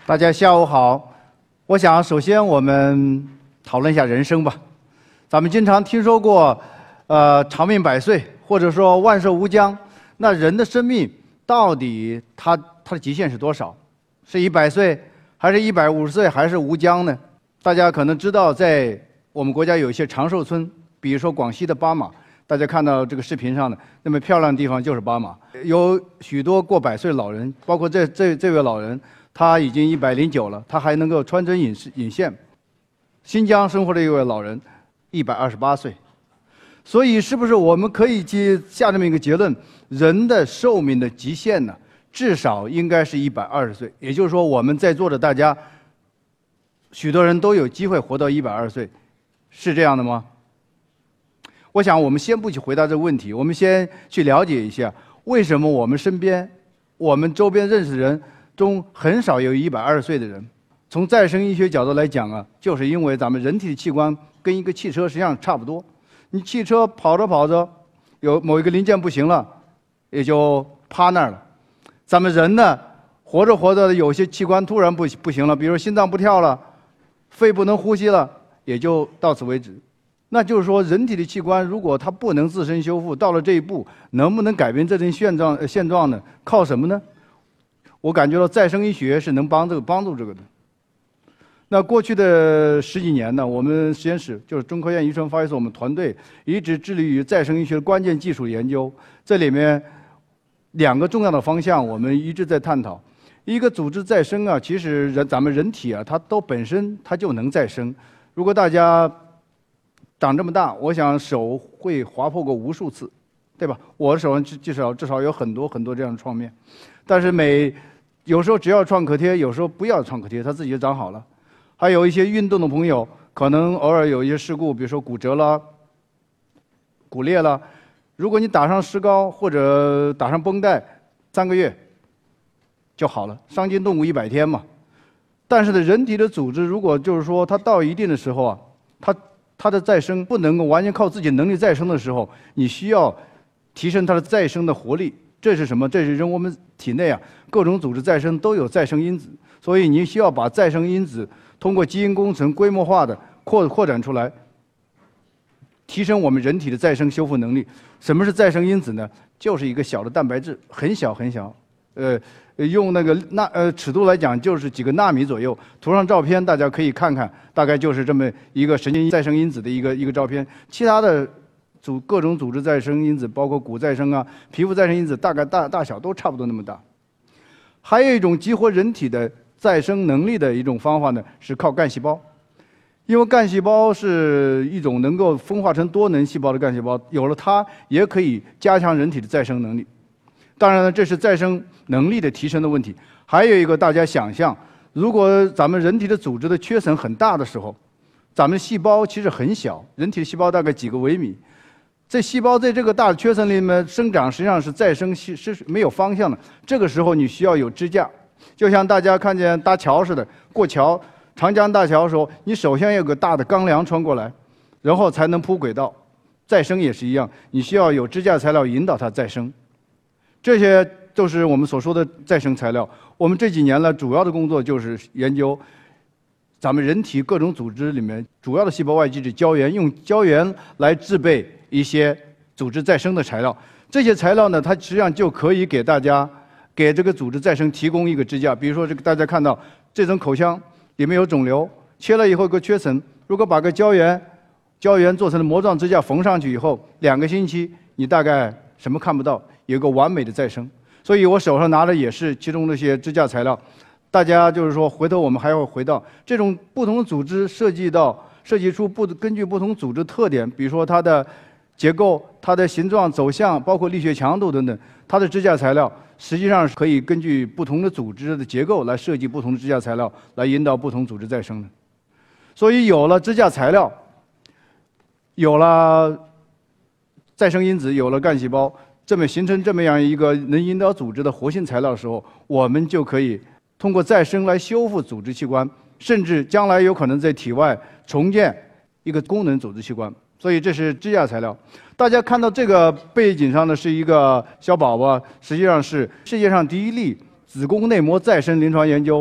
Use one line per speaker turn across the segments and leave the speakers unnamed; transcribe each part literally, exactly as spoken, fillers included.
大家下午好，我想首先我们讨论一下人生吧。咱们经常听说过，呃，长命百岁，或者说万寿无疆。那人的生命到底它它的极限是多少？是一百岁，还是一百五十岁，还是无疆呢？大家可能知道，在我们国家有一些长寿村，比如说广西的巴马，大家看到这个视频上的那么漂亮的地方就是巴马，有许多过百岁的老人，包括这这这位老人。 他已经一百零九了，他还能够穿针引引线。新疆生活的一位老人，一百二十八岁。所以，是不是我们可以去下这么一个结论：人的寿命的极限呢，至少应该是一百二十岁。也就是说，我们在座的大家，许多人都有机会活到一百二十岁，是这样的吗？我想，我们先不去回答这个问题，我们先去了解一下，为什么我们身边、我们周边认识的人。 中很少有一百二十岁的人。从再生医学角度来讲啊，就是因为咱们人体的器官跟一个汽车实际上差不多。你汽车跑着跑着，有某一个零件不行了，也就趴那儿了。咱们人呢，活着活着，有些器官突然不不行了，比如心脏不跳了，肺不能呼吸了，也就到此为止。那就是说，人体的器官如果它不能自身修复，到了这一步，能不能改变这种现状？呃、现状呢？靠什么呢？ 我感觉到再生医学是能帮这个帮助这个的。那过去的十几年呢，我们实验室就是中科院遗传发育所，我们团队一直致力于再生医学的关键技术研究。这里面两个重要的方向，我们一直在探讨。一个组织再生啊，其实人咱们人体啊，它都本身它就能再生。如果大家长这么大，我想手会划破过无数次，对吧？我的手上至少至少有很多很多这样的创面，但是每 有时候只要创可贴，有时候不要创可贴，它自己就长好了。还有一些运动的朋友，可能偶尔有一些事故，比如说骨折了、骨裂了。如果你打上石膏或者打上绷带，三个月就好了。伤筋动骨一百天嘛。但是呢，人体的组织如果就是说它到一定的时候啊，它它的再生不能够完全靠自己能力再生的时候，你需要提升它的再生的活力。 这是什么？这是人我们体内啊各种组织再生都有再生因子，所以你需要把再生因子通过基因工程规模化的扩扩展出来，提升我们人体的再生修复能力。什么是再生因子呢？就是一个小的蛋白质，很小很小，呃，用那个纳呃尺度来讲就是几个纳米左右。图上照片大家可以看看，大概就是这么一个神经再生因子的一个一个照片，其他的 组各种组织再生因子，包括骨再生啊、皮肤再生因子，大概大大小都差不多那么大。还有一种激活人体的再生能力的一种方法呢，是靠干细胞。因为干细胞是一种能够分化成多能细胞的干细胞，有了它也可以加强人体的再生能力。当然了，这是再生能力的提升的问题。还有一个，大家想象，如果咱们人体的组织的缺损很大的时候，咱们细胞其实很小，人体的细胞大概几个微米。 这细胞在这个大的缺层里面生长，实际上是再生是是没有方向的。这个时候你需要有支架，就像大家看见搭桥似的，过桥，长江大桥的时候，你首先有个大的钢梁穿过来，然后才能铺轨道。再生也是一样，你需要有支架材料引导它再生。这些都是我们所说的再生材料。我们这几年呢，主要的工作就是研究咱们人体各种组织里面主要的细胞外基质胶原，用胶原来制备 一些组织再生的材料，这些材料呢，它实际上就可以给大家给这个组织再生提供一个支架。比如说，这个大家看到这种口腔里面有肿瘤，切了以后有个缺层，如果把个胶原胶原做成了膜状支架缝上去以后，两个星期你大概什么看不到，有个完美的再生。所以我手上拿的也是其中那些支架材料。大家就是说，回头我们还要回到这种不同组织设计到设计出不根据不同组织特点，比如说它的 结构、它的形状、走向，包括力学强度等等，它的支架材料实际上是可以根据不同的组织的结构来设计不同的支架材料，来引导不同组织再生的。所以有了支架材料，有了再生因子，有了干细胞，这么形成这么样一个能引导组织的活性材料的时候，我们就可以通过再生来修复组织器官，甚至将来有可能在体外重建一个功能组织器官。 所以这是支架材料。大家看到这个背景上的是一个小宝宝，实际上是世界上第一例子宫内膜再生临床研究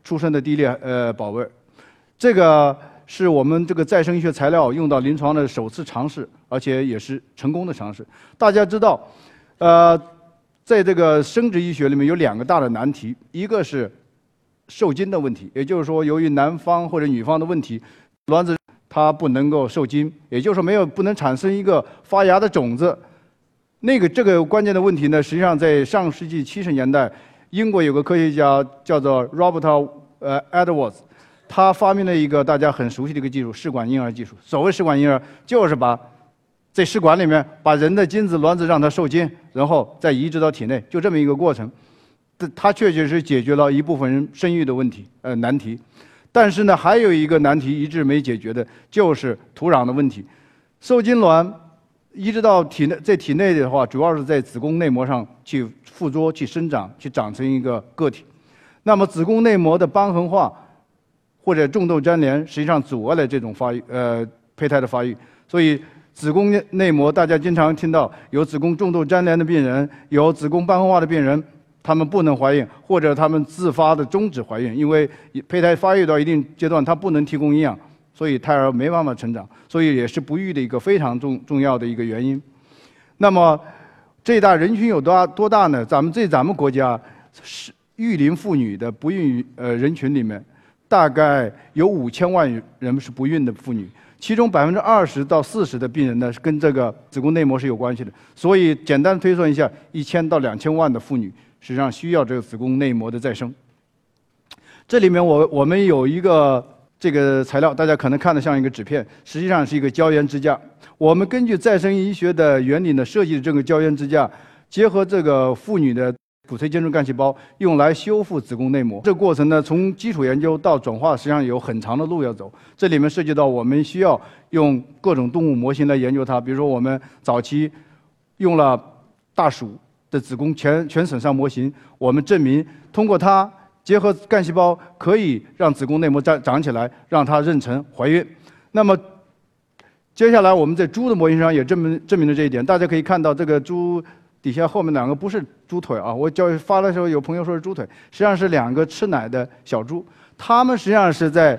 出生的第一例呃宝贝。这个是我们这个再生医学材料用到临床的首次尝试，而且也是成功的尝试。大家知道，呃，在这个生殖医学里面有两个大的难题，一个是受精的问题，也就是说，由于男方或者女方的问题，卵子它不能够受精，也就是说没有不能产生一个发芽的种子。那个这个关键的问题呢，实际上在上世纪七十年代，英国有个科学家叫做 Robert 呃 Edwards。他发明了一个大家很熟悉的一个技术——试管婴儿技术。所谓试管婴儿，就是把在试管里面把人的精子卵子让它受精，然后再移植到体内，就这么一个过程。它确确实解决了一部分人生育的问题，呃难题。但是呢，还有一个难题一直没解决的，就是土壤的问题。受精卵移植到体内，在体内的话，主要是在子宫内膜上去附着、去生长、去长成一个个体。那么子宫内膜的瘢痕化或者种痘粘连，实际上阻碍了这种发育，呃，胚胎的发育。所以，子宫内膜大家经常听到有子宫种痘粘连的病人，有子宫瘢痕化的病人，他们不能怀孕，或者他们自发的终止怀孕，因为胚胎发育到一定阶段，它不能提供营养，所以胎儿没办法成长，所以也是不育的一个非常重重要的一个原因。那么，这一大人群有多大多大呢？咱们在咱们国家是育龄妇女的不孕呃人群里面。大概有五千万人是不孕的妇女，其中百分之二十到四十的病人呢是跟这个子宫内膜是有关系的。所以简单推算一下，一千到两千万的妇女实际上需要这个子宫内膜的再生。这里面我我们有一个这个材料，大家可能看得像一个纸片，实际上是一个胶原支架。我们根据再生医学的原理呢设计的这个胶原支架，结合这个妇女的骨髓间质干细胞用来修复子宫内膜，这个过程呢，从基础研究到转化，实际上有很长的路要走。这里面涉及到我们需要用各种动物模型来研究它，比如说我们早期用了大鼠的子宫全全损伤模型，我们证明通过它结合干细胞可以让子宫内膜长长起来，让它妊娠怀孕。那么接下来我们在猪的模型上也证明证明了这一点，大家可以看到这个猪。底下后面两个不是猪腿啊，我教发的时候有朋友说是猪腿，实际上是两个吃奶的小猪，它们实际上是在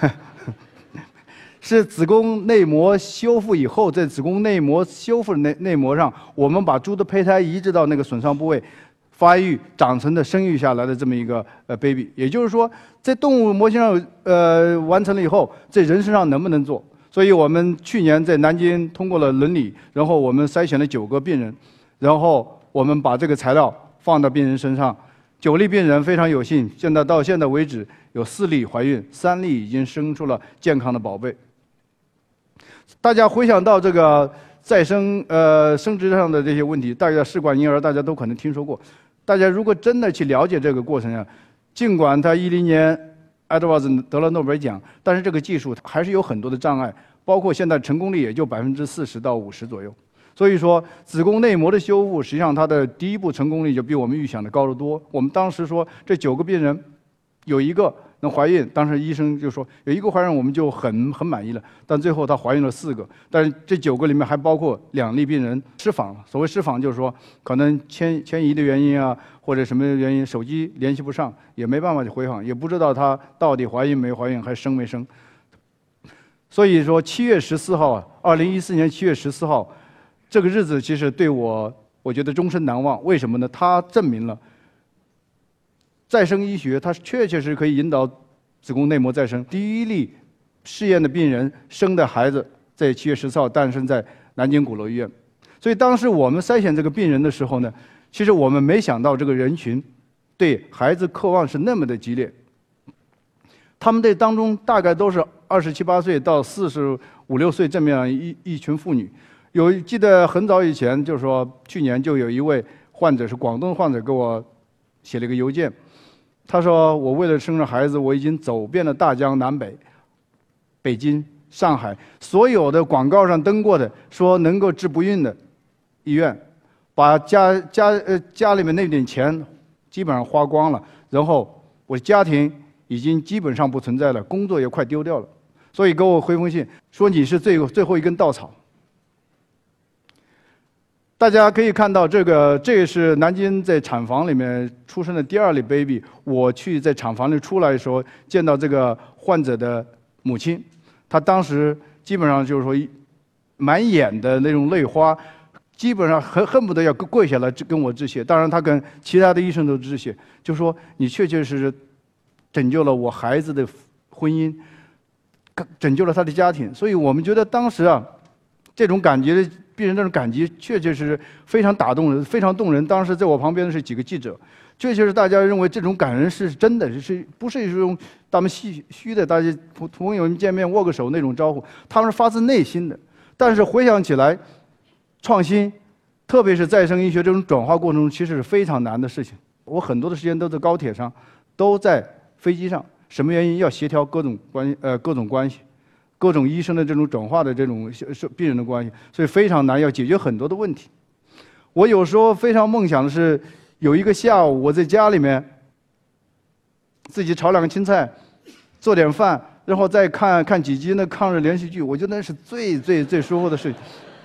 是子宫内膜修复以后，在子宫内膜修复的内内膜上，我们把猪的胚胎移植到那个损伤部位，发育长成的生育下来的这么一个呃 baby， 也就是说，在动物模型上呃完成了以后，在人身上能不能做？所以我们去年在南京通过了伦理，然后我们筛选了九个病人。然后我们把这个材料放到病人身上，九例病人非常有幸，现在到现在为止有四例怀孕，三例已经生出了健康的宝贝。大家回想到这个再生呃生殖上的这些问题，大家试管婴儿大家都可能听说过。大家如果真的去了解这个过程啊，尽管他一零年 Edwards 得了诺贝尔奖，但是这个技术还是有很多的障碍，包括现在成功率也就百分之四十到五十左右。所以说，子宫内膜的修复，实际上它的第一步成功率就比我们预想的高得多。我们当时说，这九个病人有一个能怀孕，当时医生就说有一个怀孕我们就很很满意了。但最后她怀孕了四个，但是这九个里面还包括两例病人失访了。所谓失访，就是说可能迁迁移的原因啊，或者什么原因，手机联系不上，也没办法去回访，也不知道她到底怀孕没怀孕，还生没生。所以说，七月十四号啊，二零一四年七月十四号。这个日子其实对我，我觉得终身难忘。为什么呢？它证明了再生医学，它确确实可以引导子宫内膜再生。第一例试验的病人生的孩子，在七月十四号诞生在南京鼓楼医院。所以当时我们筛选这个病人的时候呢，其实我们没想到这个人群对孩子渴望是那么的激烈。他们这当中大概都是二十七八岁到四十五六岁这么样一一群妇女。有记得很早以前，就是说去年就有一位患者是广东患者给我写了一个邮件，他说我为了生了孩子，我已经走遍了大江南北、北京、上海，所有的广告上登过的说能够治不孕的医院，把家家呃家里面那点钱基本上花光了，然后我的家庭已经基本上不存在了，工作也快丢掉了，所以给我回封信说你是最最后一根稻草。 大家可以看到，这个这个是南京在产房里面出生的第二例 baby。我去在产房里出来的时候，见到这个患者的母亲，她当时基本上就是说满眼的那种泪花，基本上恨恨不得要跪下来跟我致谢。当然，她跟其他的医生都致谢，就说你确确实实拯救了我孩子的婚姻，拯救了他的家庭。所以我们觉得当时啊，这种感觉。病人这种感激，确确实实非常打动人，非常动人。当时在我旁边的是几个记者，确确实大家认为这种感人是真的，是不是一种咱们虚虚的，大家朋朋友们见面握个手那种招呼，他们是发自内心的。但是回想起来，创新，特别是再生医学这种转化过程中，其实是非常难的事情。我很多的时间都在高铁上，都在飞机上，什么原因？要协调各种关呃各种关系。各种医生的这种转化的这种病人的关系，所以非常难，要解决很多的问题。我有时候非常梦想的是，有一个下午我在家里面自己炒两个青菜，做点饭，然后再看看几集那抗日连续剧，我觉得那是最最最舒服的事情。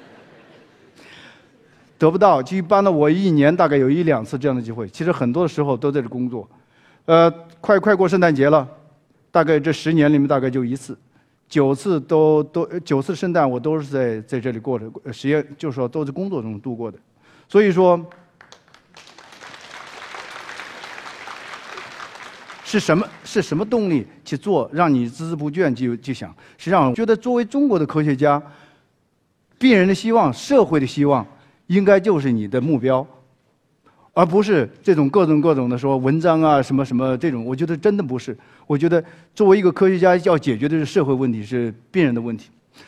得不到，就一般的我一年大概有一两次这样的机会，其实很多的时候都在这工作。呃，快快过圣诞节了，大概这十年里面大概就一次。九次都都九次圣诞我都是在在这里过的，实验就是说都是工作中度过的，所以说是什么是什么动力去做，让你孜孜不倦去去想？实际上，我觉得作为中国的科学家，病人的希望、社会的希望，应该就是你的目标，而不是这种各种各种的说文章啊什么什么这种。我觉得真的不是。我觉得作为一个科学家，要解决的是社会问题，是病人的问题。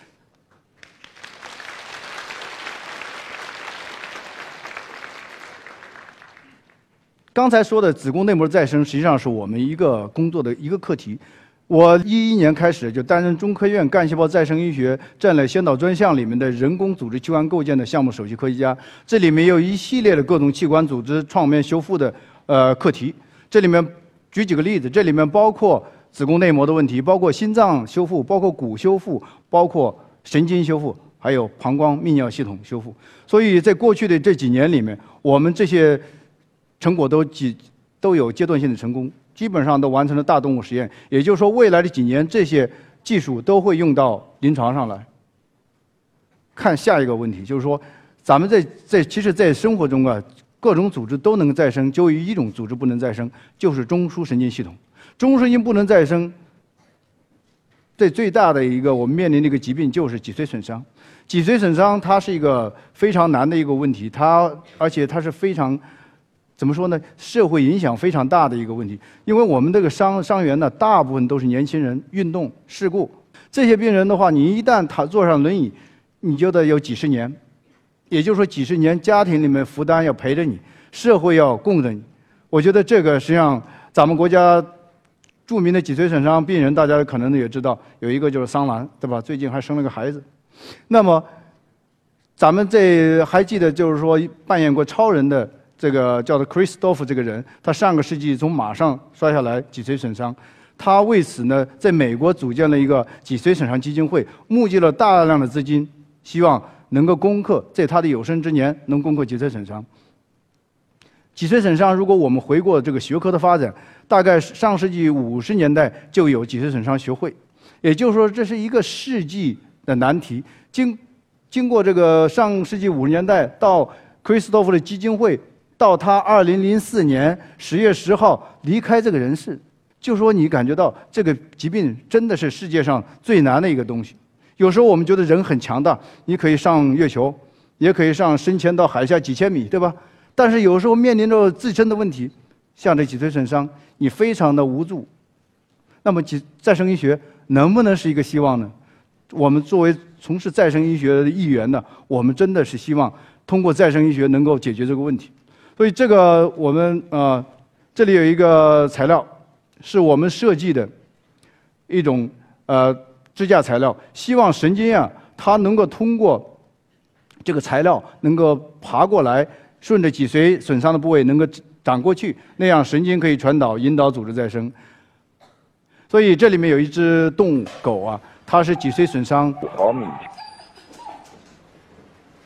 刚才说的子宫内膜再生，实际上是我们一个工作的一个课题。我一一年开始就担任中科院干细胞再生医学战略先导专项里面的人工组织器官构建的项目首席科学家。这里面有一系列的各种器官组织创面修复的呃课题。这里面举几个例子，这里面包括子宫内膜的问题，包括心脏修复，包括骨修复，包括神经修复，还有膀胱泌尿系统修复。所以在过去的这几年里面，我们这些成果都几都有阶段性的成功，基本上都完成了大动物实验。也就是说，未来的几年这些技术都会用到临床上来。看下一个问题，就是说，咱们在在其实，在生活中啊。各种组织都能再生，就有一种组织不能再生，就是中枢神经系统。中枢神经不能再生，这最大的一个我们面临的一个疾病就是脊髓损伤。脊髓损伤它是一个非常难的一个问题，它而且它是非常怎么说呢？社会影响非常大的一个问题。因为我们这个伤伤员呢，大部分都是年轻人，运动事故，这些病人的话，你一旦他坐上轮椅，你就得有几十年。也就是说，几十年家庭里面负担要陪着你，社会要供着你。我觉得这个实际上，咱们国家著名的脊髓损伤病人，大家可能也知道，有一个就是桑兰，对吧？最近还生了个孩子。那么，咱们这还记得，就是说扮演过超人的这个叫做 Christoph 这个人，他上个世纪从马上摔下来，脊髓损伤。他为此呢，在美国组建了一个脊髓损伤基金会，募集了大量的资金，希望能够攻克，在他的有生之年能攻克脊髓损伤。脊髓损伤，如果我们回过这个学科的发展，大概上世纪五十年代就有脊髓损伤学会，也就是说这是一个世纪的难题。经经过这个上世纪五十年代到克里斯托弗的基金会，到他二零零四年十月十号离开这个人世，就说你感觉到这个疾病真的是世界上最难的一个东西。有时候我们觉得人很强大，你可以上月球，也可以上深潜到海下几千米，对吧？但是有时候面临着自身的问题，像这脊髓损伤，你非常的无助。那么脊再生医学能不能是一个希望呢？我们作为从事再生医学的一员呢，我们真的是希望通过再生医学能够解决这个问题。所以这个我们呃，这里有一个材料，是我们设计的一种呃支架材料，希望神经啊，它能够通过这个材料能够爬过来，顺着脊髓损伤的部位能够长过去，那样神经可以传导，引导组织再生。所以这里面有一只动物狗啊，它是脊髓损伤五毫米。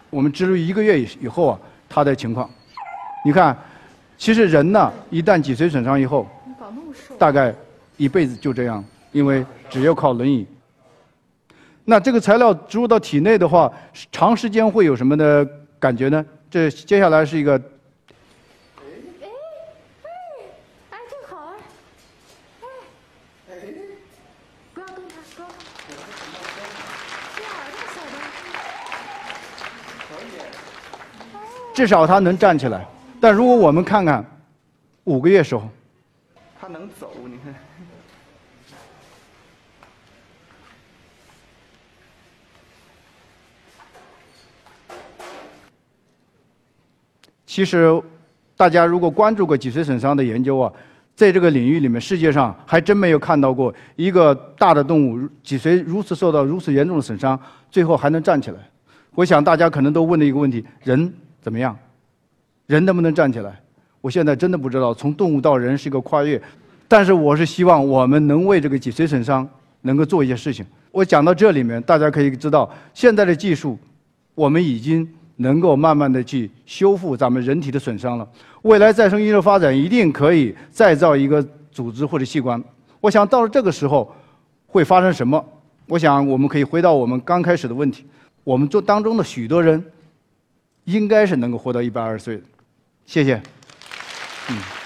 我们植入一个月以以后啊，他的情况，你看，其实人呢，一旦脊髓损伤以后，大概一辈子就这样，因为只要靠轮椅。那这个材料植入到体内的话，长时间会有什么的感觉呢？这接下来是一个。 至少他能站起来，但如果我们看看五个月时候，
他能走，你看。
其实，大家如果关注过脊髓损伤的研究啊，在这个领域里面，世界上还真没有看到过一个大的动物脊髓如此受到如此严重的损伤，最后还能站起来。我想大家可能都问了一个问题：人怎么样？人能不能站起来？我现在真的不知道，从动物到人是一个跨越，但是我是希望我们能为这个脊髓损伤能够做一些事情。我讲到这里面，大家可以知道，现在的技术，我们已经能够慢慢的去修复咱们人体的损伤了。未来再生医疗发展一定可以再造一个组织或者器官。我想到了这个时候会发生什么？我想我们可以回到我们刚开始的问题。 我们做当中的许多人，应该是能够活到一百二十岁的。谢谢。嗯。